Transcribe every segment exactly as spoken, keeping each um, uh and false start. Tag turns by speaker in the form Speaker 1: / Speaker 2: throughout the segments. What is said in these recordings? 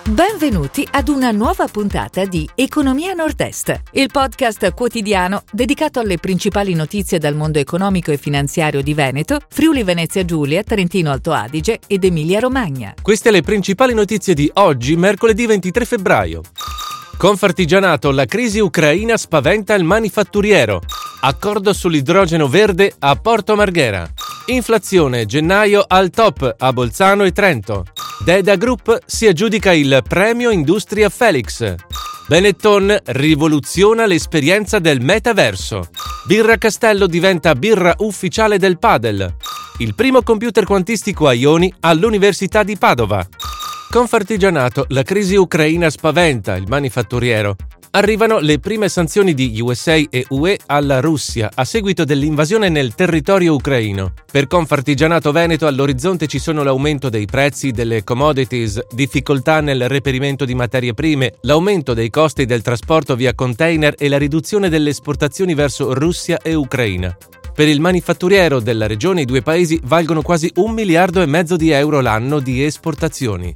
Speaker 1: Benvenuti ad una nuova puntata di Economia Nord-Est, il podcast quotidiano dedicato alle principali notizie dal mondo economico e finanziario di Veneto, Friuli Venezia Giulia, Trentino Alto Adige ed Emilia Romagna.
Speaker 2: Queste le principali notizie di oggi, mercoledì ventitré febbraio. Confartigianato, la crisi ucraina spaventa il manifatturiero. Accordo sull'idrogeno verde a Porto Marghera. Inflazione, gennaio al top a Bolzano e Trento. Deda Group si aggiudica il premio Industria Felix. Benetton rivoluziona l'esperienza del metaverso. Birra Castello diventa birra ufficiale del padel. Il primo computer quantistico a ioni all'Università di Padova. Confartigianato, la crisi ucraina spaventa il manifatturiero. Arrivano le prime sanzioni di U S A e U E alla Russia a seguito dell'invasione nel territorio ucraino. Per Confartigianato Veneto all'orizzonte ci sono l'aumento dei prezzi delle commodities, difficoltà nel reperimento di materie prime, l'aumento dei costi del trasporto via container e la riduzione delle esportazioni verso Russia e Ucraina. Per il manifatturiero della regione i due paesi valgono quasi un miliardo e mezzo di euro l'anno di esportazioni.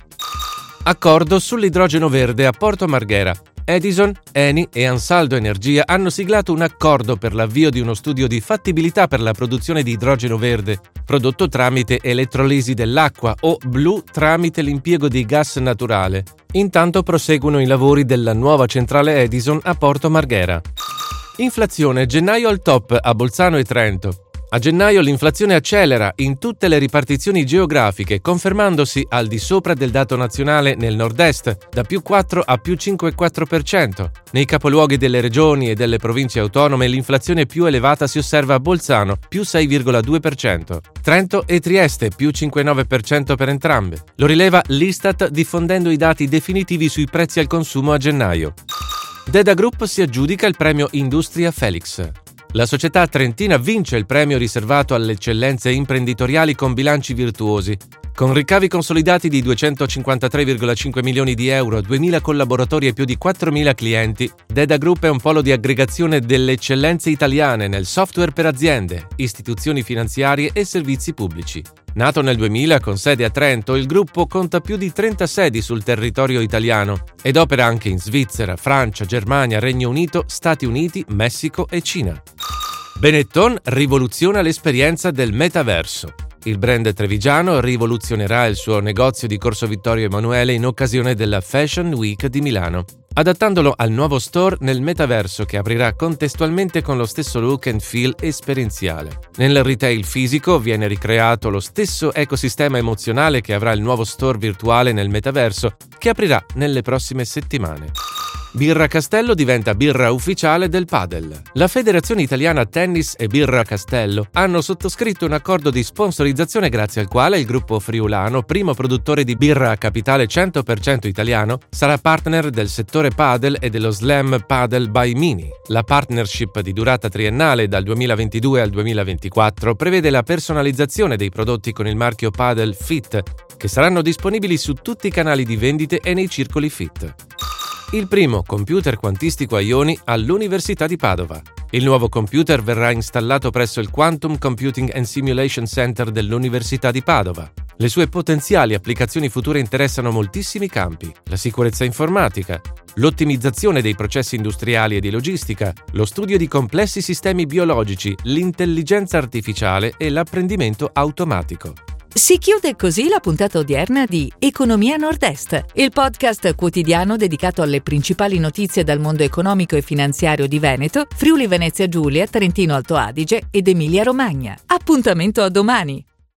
Speaker 2: Accordo sull'idrogeno verde a Porto Marghera. Edison, Eni e Ansaldo Energia hanno siglato un accordo per l'avvio di uno studio di fattibilità per la produzione di idrogeno verde, prodotto tramite elettrolisi dell'acqua o blu tramite l'impiego di gas naturale. Intanto proseguono i lavori della nuova centrale Edison a Porto Marghera. Inflazione, gennaio al top a Bolzano e Trento. A gennaio l'inflazione accelera in tutte le ripartizioni geografiche, confermandosi al di sopra del dato nazionale nel nord-est, da più quattro a più cinque virgola quattro per cento. Nei capoluoghi delle regioni e delle province autonome l'inflazione più elevata si osserva a Bolzano, più sei virgola due per cento. Trento e Trieste, più cinque virgola nove per cento per entrambe. Lo rileva l'Istat diffondendo i dati definitivi sui prezzi al consumo a gennaio. Deda Group si aggiudica il premio Industria Felix. La società trentina vince il premio riservato alle eccellenze imprenditoriali con bilanci virtuosi. Con ricavi consolidati di duecentocinquantatré virgola cinque milioni di euro, duemila collaboratori e più di quattromila clienti, Deda Group è un polo di aggregazione delle eccellenze italiane nel software per aziende, istituzioni finanziarie e servizi pubblici. Nato nel duemila con sede a Trento, il gruppo conta più di trenta sedi sul territorio italiano ed opera anche in Svizzera, Francia, Germania, Regno Unito, Stati Uniti, Messico e Cina. Benetton rivoluziona l'esperienza del metaverso. Il brand trevigiano rivoluzionerà il suo negozio di Corso Vittorio Emanuele in occasione della Fashion Week di Milano, adattandolo al nuovo store nel metaverso che aprirà contestualmente con lo stesso look and feel esperienziale. Nel retail fisico viene ricreato lo stesso ecosistema emozionale che avrà il nuovo store virtuale nel metaverso, che aprirà nelle prossime settimane. Birra Castello diventa birra ufficiale del padel. La Federazione Italiana Tennis e Birra Castello hanno sottoscritto un accordo di sponsorizzazione grazie al quale il gruppo friulano, primo produttore di birra a capitale cento per cento italiano, sarà partner del settore padel e dello Slam Padel by Mini. La partnership di durata triennale dal duemilaventidue al duemilaventiquattro prevede la personalizzazione dei prodotti con il marchio Padel Fit, che saranno disponibili su tutti i canali di vendite e nei circoli Fit. Il primo computer quantistico a ioni all'Università di Padova. Il nuovo computer verrà installato presso il Quantum Computing and Simulation Center dell'Università di Padova. Le sue potenziali applicazioni future interessano moltissimi campi: la sicurezza informatica, l'ottimizzazione dei processi industriali e di logistica, lo studio di complessi sistemi biologici, l'intelligenza artificiale e l'apprendimento automatico.
Speaker 1: Si chiude così la puntata odierna di Economia Nord-Est, il podcast quotidiano dedicato alle principali notizie dal mondo economico e finanziario di Veneto, Friuli Venezia Giulia, Trentino Alto Adige ed Emilia Romagna. Appuntamento a domani!